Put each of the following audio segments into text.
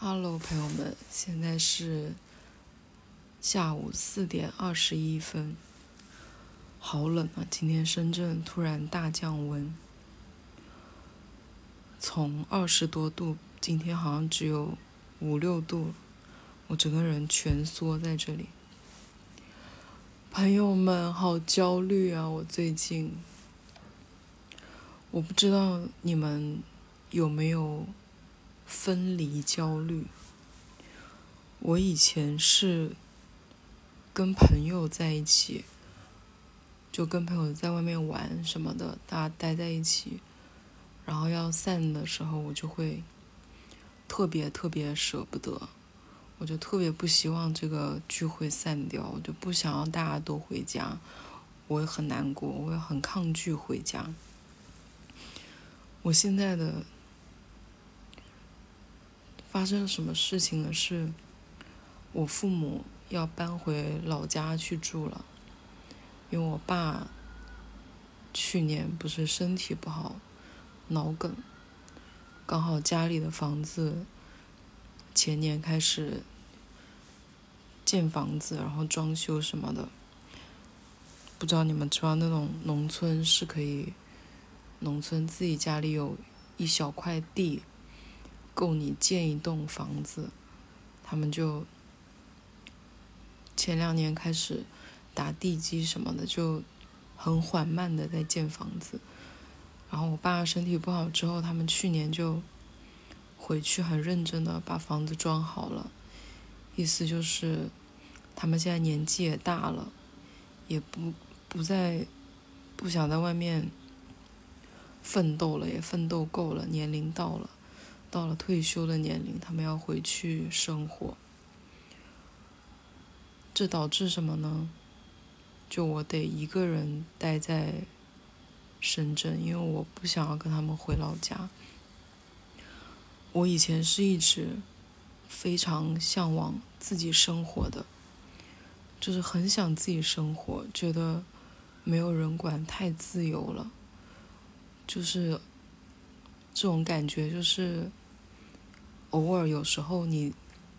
Hello，朋友们，现在是下午4:21，好冷啊！今天深圳突然大降温，从20多度，今天好像只有5、6度，我整个人蜷缩在这里。朋友们，好焦虑啊！我最近，我不知道你们有没有分离焦虑。我以前是跟朋友在一起，就跟朋友在外面玩什么的，大家待在一起，然后要散的时候，我就会特别舍不得，我就特别不希望这个聚会散掉，我就不想要大家都回家，我也很难过，我也很抗拒回家。我现在的发生了什么事情呢？是我父母要搬回老家去住了，因为我爸去年不是身体不好，脑梗，刚好家里的房子前年开始建房子，然后装修什么的。不知道你们知道那种农村是可以，农村自己家里有一小块地，够你建一栋房子。他们就前2年开始打地基什么的，就很缓慢的在建房子。然后我爸身体不好之后，他们去年就回去很认真的把房子装好了，意思就是他们现在年纪也大了，也不想在外面奋斗了，也奋斗够了，年龄到了退休的年龄，他们要回去生活。这导致什么呢？就我得一个人待在深圳，因为我不想要跟他们回老家。我以前是一直非常向往自己生活的，就是很想自己生活，觉得没有人管太自由了，就是这种感觉，就是偶尔有时候你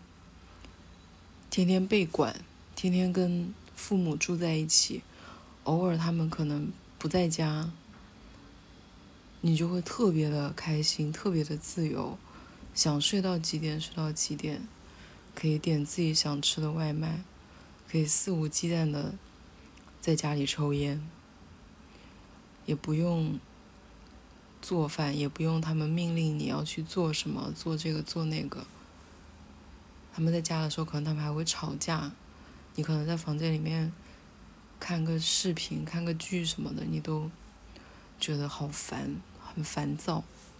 天天被管，天天跟父母住在一起，偶尔他们可能不在家，你就会特别的开心，特别的自由，想睡到几点睡到几点，可以点自己想吃的外卖，可以肆无忌惮的在家里抽烟，也不用做饭，也不用他们命令你要去做什么，做这个做那个。他们在家的时候，可能他们还会吵架，你可能在房间里面看个视频、看个剧什么的，你都觉得好烦，很烦躁。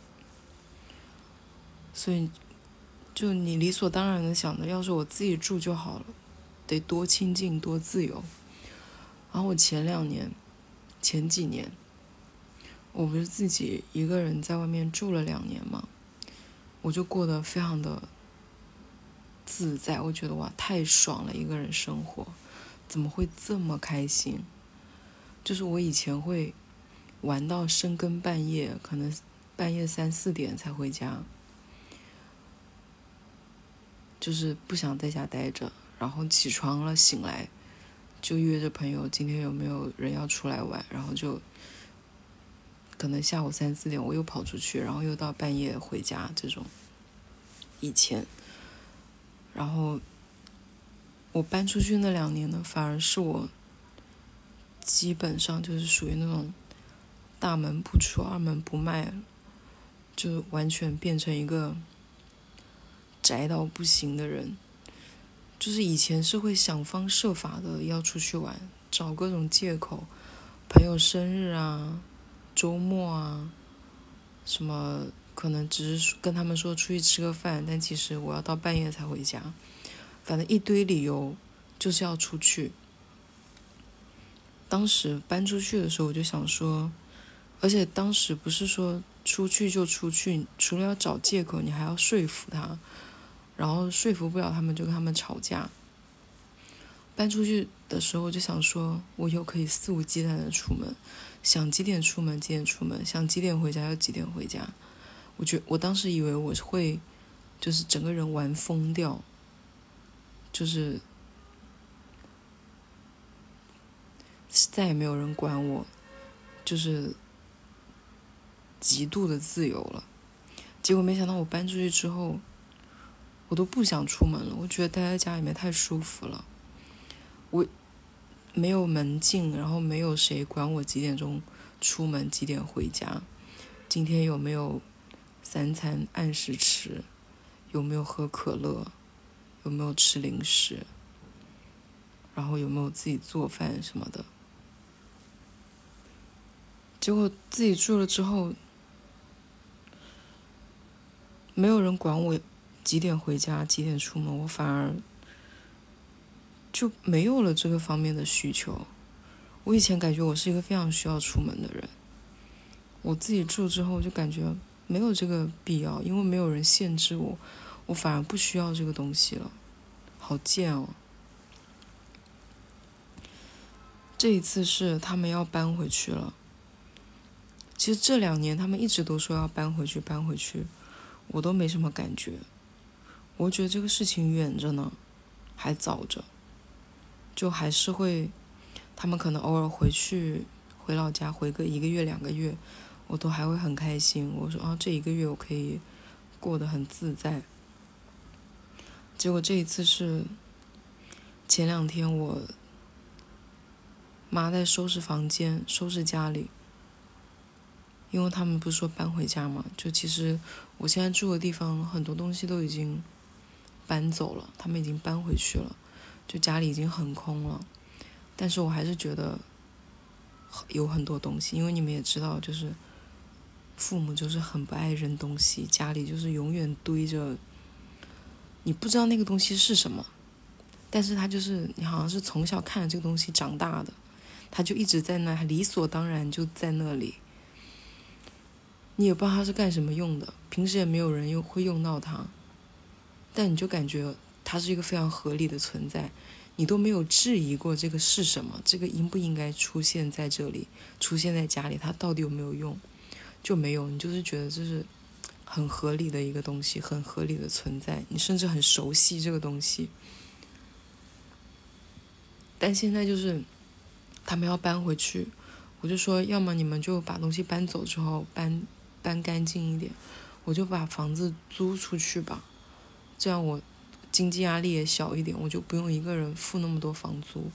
所以就你理所当然的想着，要是我自己住就好了，得多清静多自由。然后我前几年我不是自己一个人在外面住了2年嘛，我就过得非常的自在，我觉得哇，太爽了，一个人生活怎么会这么开心？就是我以前会玩到深更半夜，可能半夜3、4点才回家，就是不想在家待着，然后起床了醒来就约着朋友今天有没有人要出来玩，然后就可能下午3、4点我又跑出去，然后又到半夜回家，这种以前。然后我搬出去那2年呢，反而是我基本上就是属于那种大门不出二门不迈，就完全变成一个宅到不行的人。就是以前是会想方设法的要出去玩，找各种借口，朋友生日啊，周末啊，什么可能只是跟他们说出去吃个饭，但其实我要到半夜才回家，反正一堆理由就是要出去。当时搬出去的时候我就想说，而且当时不是说出去就出去，除了要找借口你还要说服他，然后说服不了他们就跟他们吵架。搬出去的时候我就想说，我以后可以肆无忌惮的出门，想几点出门几点出门，想几点回家就几点回家。我当时以为我会就是整个人玩疯掉，就是再也没有人管我，就是极度的自由了。结果没想到我搬出去之后，我都不想出门了，我觉得待在家里面太舒服了。我没有门禁，然后没有谁管我几点钟出门几点回家，今天有没有3餐按时吃，有没有喝可乐，有没有吃零食，然后有没有自己做饭什么的。结果自己住了之后，没有人管我几点回家几点出门，我反而就没有了这个方面的需求。我以前感觉我是一个非常需要出门的人，我自己住之后就感觉没有这个必要，因为没有人限制我，我反而不需要这个东西了，好贱哦。这一次是他们要搬回去了，其实这2年他们一直都说要搬回去，我都没什么感觉，我觉得这个事情远着呢，还早着，就还是会，他们可能偶尔回老家回个1个月2个月，我都还会很开心，我说这1个月我可以过得很自在。结果这一次是前2天我妈在收拾房间收拾家里，因为他们不是说搬回家嘛，就其实我现在住的地方很多东西都已经搬走了，他们已经搬回去了，就家里已经很空了。但是我还是觉得有很多东西，因为你们也知道，就是父母就是很不爱扔东西，家里就是永远堆着，你不知道那个东西是什么，但是他就是你好像是从小看着这个东西长大的，他就一直在那，理所当然就在那里，你也不知道他是干什么用的，平时也没有人会用到它，但你就感觉它是一个非常合理的存在，你都没有质疑过这个是什么，这个应不应该出现在这里，出现在家里，它到底有没有用，就没有，你就是觉得这是很合理的一个东西，很合理的存在，你甚至很熟悉这个东西。但现在就是他们要搬回去，我就说要么你们就把东西搬走之后搬干净一点，我就把房子租出去吧，这样我经济压力也小一点，我就不用一个人付那么多房租。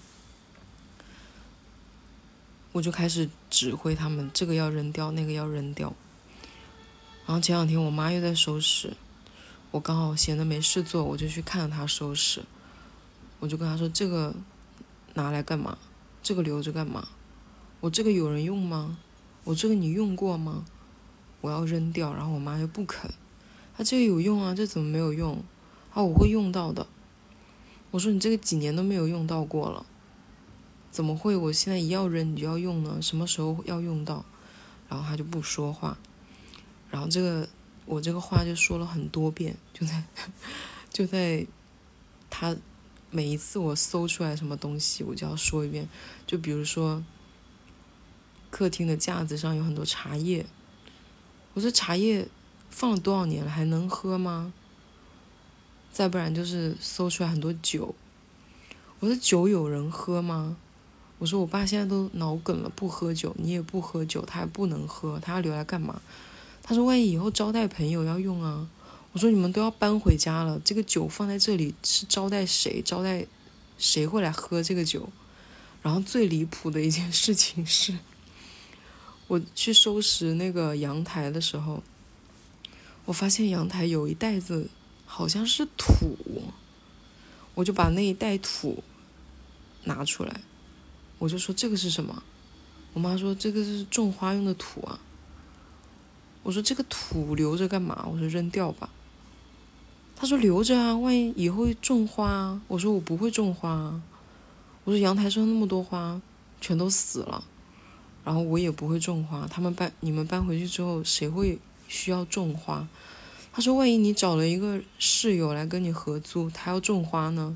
我就开始指挥他们，这个要扔掉，那个要扔掉。然后前2天我妈又在收拾，我刚好闲着没事做，我就去看着她收拾。我就跟她说，这个拿来干嘛？这个留着干嘛？我这个有人用吗？我这个你用过吗？我要扔掉。然后我妈就不肯，她这个有用啊，这怎么没有用？我会用到的。我说你这个几年都没有用到过了，怎么会我现在一要扔你就要用呢？什么时候要用到？然后她就不说话，然后我这个话就说了很多遍，就在她每一次我搜出来什么东西我就要说一遍。就比如说客厅的架子上有很多茶叶，我说茶叶放了多少年了还能喝吗？再不然就是搜出来很多酒，我说酒有人喝吗？我说我爸现在都脑梗了，不喝酒，你也不喝酒，他还不能喝，他要留来干嘛？他说万一以后招待朋友要用啊。我说你们都要搬回家了，这个酒放在这里是招待谁？招待谁会来喝这个酒？然后最离谱的一件事情是，我去收拾那个阳台的时候，我发现阳台有一袋子好像是土，我就把那一袋土拿出来，我就说这个是什么？我妈说这个是种花用的土啊。我说这个土留着干嘛？我说扔掉吧。她说留着啊，万一以后种花啊。我说我不会种花啊。我说阳台上那么多花全都死了，然后我也不会种花，你们搬回去之后谁会需要种花？他说万一你找了一个室友来跟你合租，他要种花呢？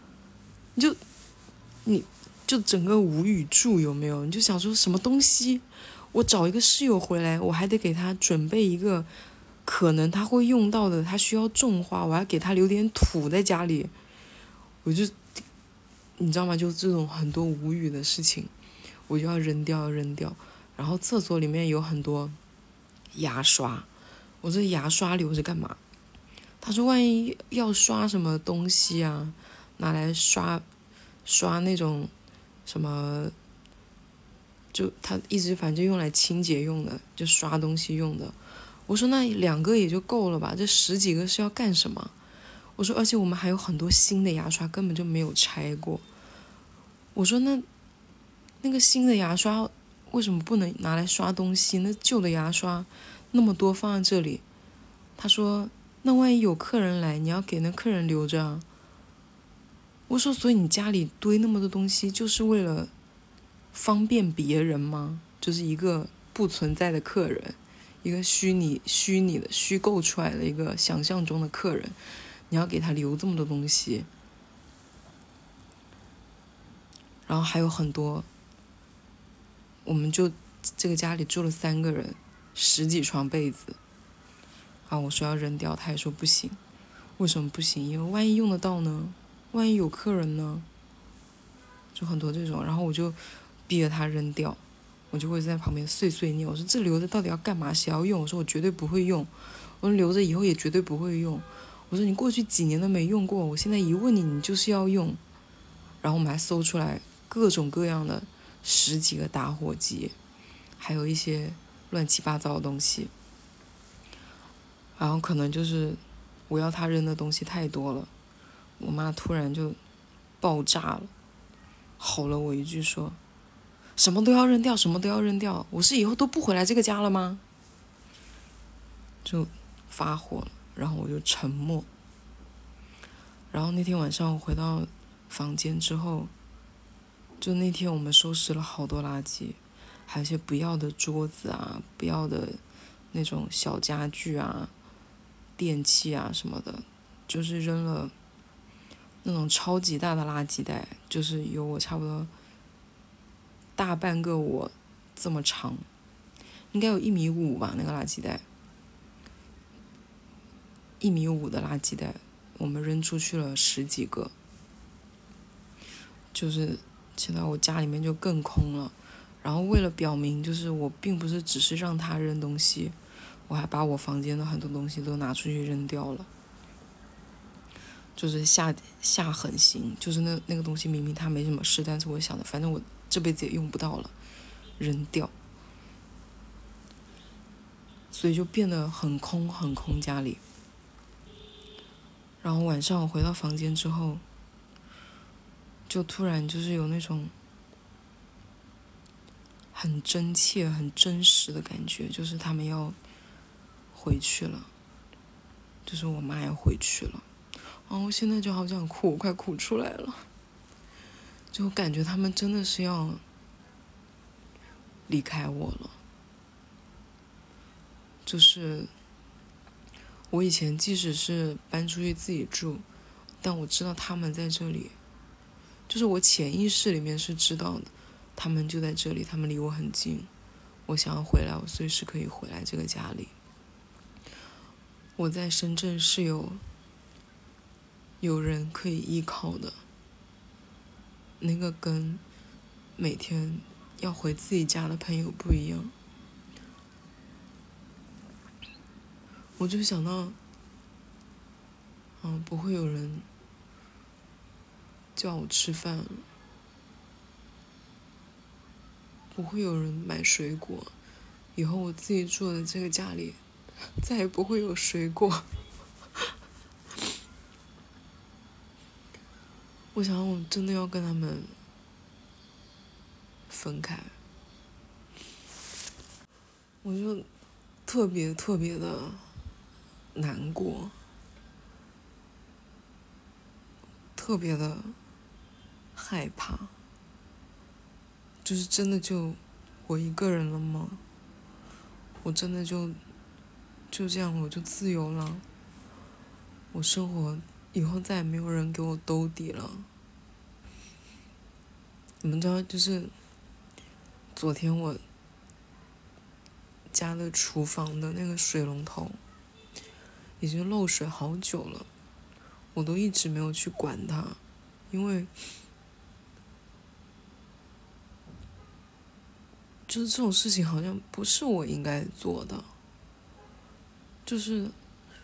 你就整个无语住，有没有？你就想说什么东西，我找一个室友回来，我还得给他准备一个可能他会用到的，他需要种花，我还给他留点土在家里，我就你知道吗？就这种很多无语的事情，我就要扔掉，然后厕所里面有很多牙刷，我这牙刷留着干嘛？他说万一要刷什么东西啊，拿来刷那种什么，就他一直反正用来清洁用的，就刷东西用的。我说那2个也就够了吧，这10几个是要干什么？我说而且我们还有很多新的牙刷根本就没有拆过。我说那个新的牙刷为什么不能拿来刷东西？那旧的牙刷那么多放在这里。他说那万一有客人来，你要给那客人留着啊。我说所以你家里堆那么多东西就是为了方便别人吗？就是一个不存在的客人，一个虚拟的虚构出来的一个想象中的客人，你要给他留这么多东西。然后还有很多，我们就这个家里住了3个人，10几床被子啊，我说要扔掉，他也说不行。为什么不行？因为万一用得到呢？万一有客人呢？就很多这种，然后我就逼着他扔掉，我就会在旁边碎碎念，我说这留着到底要干嘛？谁要用？我说我绝对不会用，我说留着以后也绝对不会用，我说你过去几年都没用过，我现在一问你，你就是要用。然后我们还搜出来各种各样的10几个打火机，还有一些乱七八糟的东西。然后可能就是我要他扔的东西太多了，我妈突然就爆炸了，吼了我一句说什么都要扔掉，什么都要扔掉，我是以后都不回来这个家了吗？就发火了，然后我就沉默。然后那天晚上我回到房间之后，就那天我们收拾了好多垃圾，还有一些不要的桌子啊，不要的那种小家具啊，电器啊什么的，就是扔了那种超级大的垃圾袋，就是有我差不多大半个我这么长，应该有1.5米吧，那个垃圾袋，1.5米的垃圾袋，我们扔出去了10几个，就是现在我家里面就更空了。然后为了表明就是我并不是只是让他扔东西，我还把我房间的很多东西都拿出去扔掉了，就是下狠心，就是那个东西明明它没什么事，但是我想的反正我这辈子也用不到了，扔掉。所以就变得很空家里。然后晚上我回到房间之后，就突然就是有那种很真切很真实的感觉，就是他们要回去了，就是我妈要回去了。我现在就好想哭，我快哭出来了，就感觉他们真的是要离开我了。就是我以前即使是搬出去自己住，但我知道他们在这里，就是我潜意识里面是知道的，他们就在这里，他们离我很近，我想要回来，我随时可以回来这个家里。我在深圳是有人可以依靠的，那个跟每天要回自己家的朋友不一样。我就想到不会有人叫我吃饭了，不会有人买水果，以后我自己住的这个家里再也不会有水果。我想我真的要跟他们分开，我就特别的难过，特别的害怕，就是真的就我一个人了吗？我真的就这样我就自由了，我生活以后再也没有人给我兜底了。你们知道，就是昨天我家的厨房的那个水龙头已经漏水好久了，我都一直没有去管它，因为就是这种事情好像不是我应该做的，就是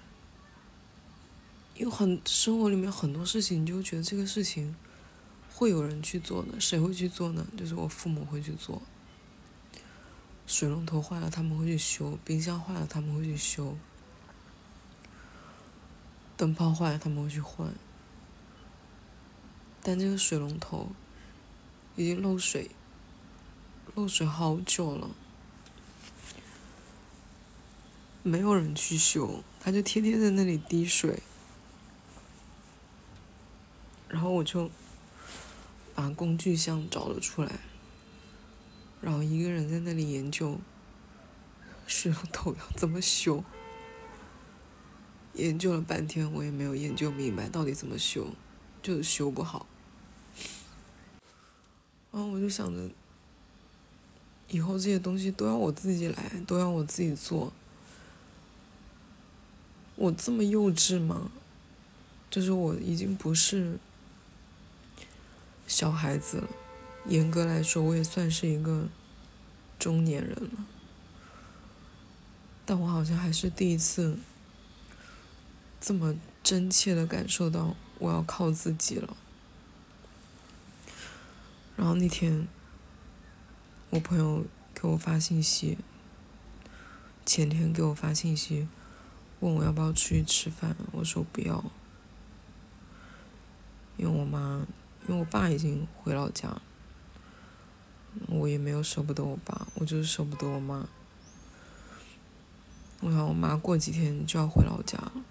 生活里面很多事情，你就觉得这个事情会有人去做的，谁会去做呢？就是我父母会去做。水龙头坏了他们会去修，冰箱坏了他们会去修，灯泡坏了他们会去换。但这个水龙头已经漏水好久了，没有人去修，它就天天在那里滴水。然后我就把工具箱找了出来，然后一个人在那里研究水龙头要怎么修。研究了半天，我也没有研究明白到底怎么修，就是修不好。然后我就想着，以后这些东西都要我自己来，都要我自己做。我这么幼稚吗？就是我已经不是小孩子了，严格来说，我也算是一个中年人了。但我好像还是第一次这么真切的感受到我要靠自己了。然后那天我朋友给我发信息，前天给我发信息问我要不要出去吃饭，我说不要，因为我爸已经回老家了，我也没有舍不得我爸，我就是舍不得我妈。我想我妈过几天就要回老家了，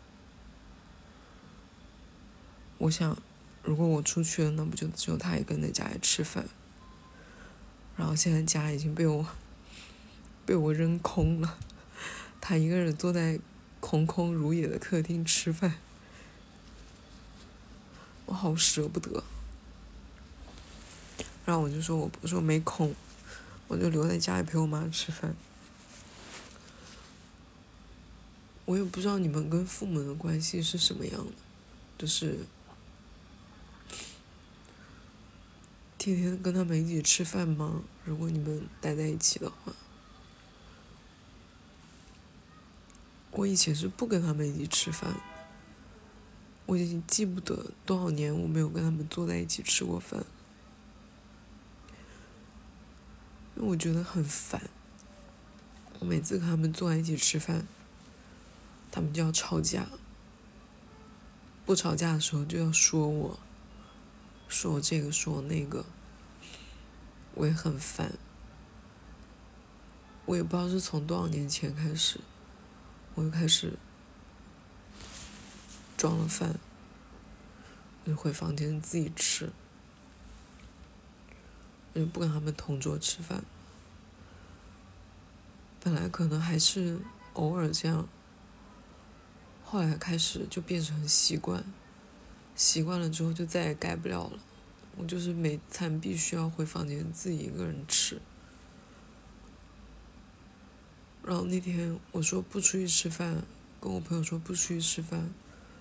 我想如果我出去了，那不就只有她一个人在家里吃饭。然后现在家已经被我扔空了，她一个人坐在空空如也的客厅吃饭，我好舍不得。然后我就说我说没空，我就留在家里陪我妈吃饭。我也不知道你们跟父母的关系是什么样的，就是天天跟他们一起吃饭吗？如果你们待在一起的话，我以前是不跟他们一起吃饭，我已经记不得多少年我没有跟他们坐在一起吃过饭，因为我觉得很烦。我每次跟他们坐在一起吃饭，他们就要吵架，不吵架的时候就要说我这个说我那个，我也很烦。我也不知道是从多少年前开始，我就开始装了饭，我就回房间自己吃，我就不跟他们同桌吃饭。本来可能还是偶尔这样，后来开始就变成习惯，习惯了之后就再也改不了了。我就是每餐必须要回房间自己一个人吃。然后那天我说不出去吃饭，跟我朋友说不出去吃饭，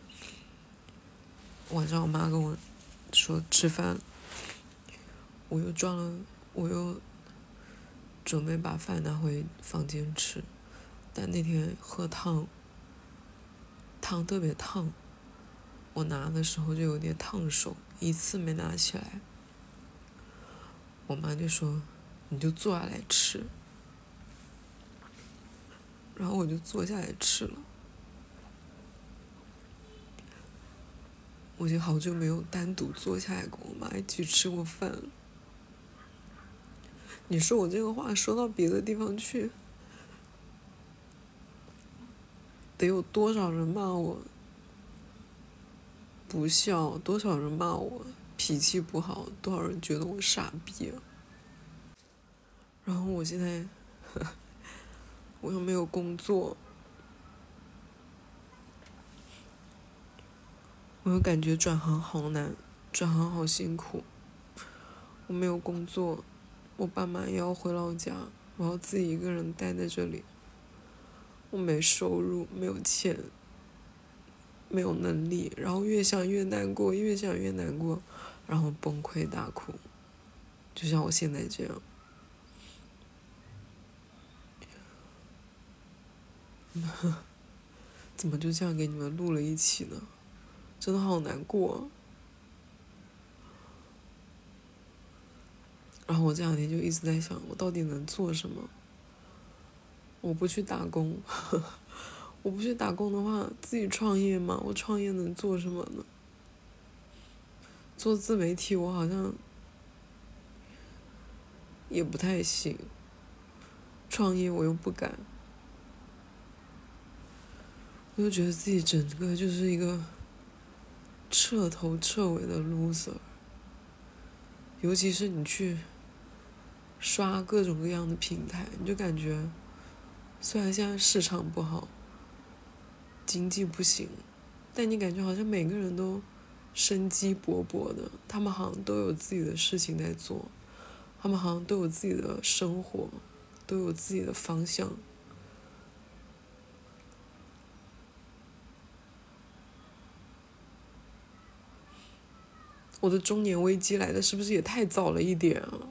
晚上我妈跟我说吃饭，我又准备把饭拿回房间吃，但那天喝汤特别烫，我拿的时候就有点烫手，一次没拿起来。我妈就说你就坐下来吃，然后我就坐下来吃了。我已经好久没有单独坐下来跟我妈一起吃过饭了。你说我这个话说到别的地方去，得有多少人骂我不孝，多少人骂我脾气不好，多少人觉得我傻逼啊。然后我现在我又没有工作，我又感觉转行好难，转行好辛苦。我没有工作，我爸妈也要回老家，我要自己一个人待在这里。我没收入，没有钱， 没有能力，然后越想越难过，越想越难过，然后崩溃大哭，就像我现在这样。怎么就这样给你们录了一期呢？真的好难过。然后我这两天就一直在想，我到底能做什么？我不去打工，我不去打工的话，自己创业吗？我创业能做什么呢？做自媒体我好像也不太行，创业我又不敢，我就觉得自己整个就是一个彻头彻尾的 loser。尤其是你去刷各种各样的平台，你就感觉虽然现在市场不好，经济不行，但你感觉好像每个人都生机勃勃的，他们好像都有自己的事情在做，他们好像都有自己的生活，都有自己的方向。我的中年危机来的是不是也太早了一点啊？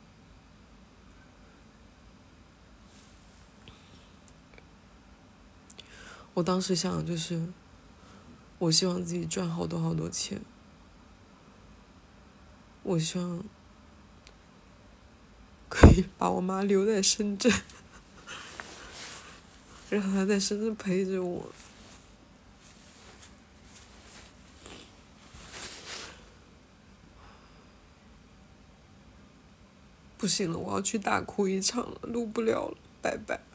我当时想的就是，我希望自己赚好多好多钱，我希望可以把我妈留在深圳，让她在深圳陪着我。不行了，我要去大哭一场了，录不了了，拜拜。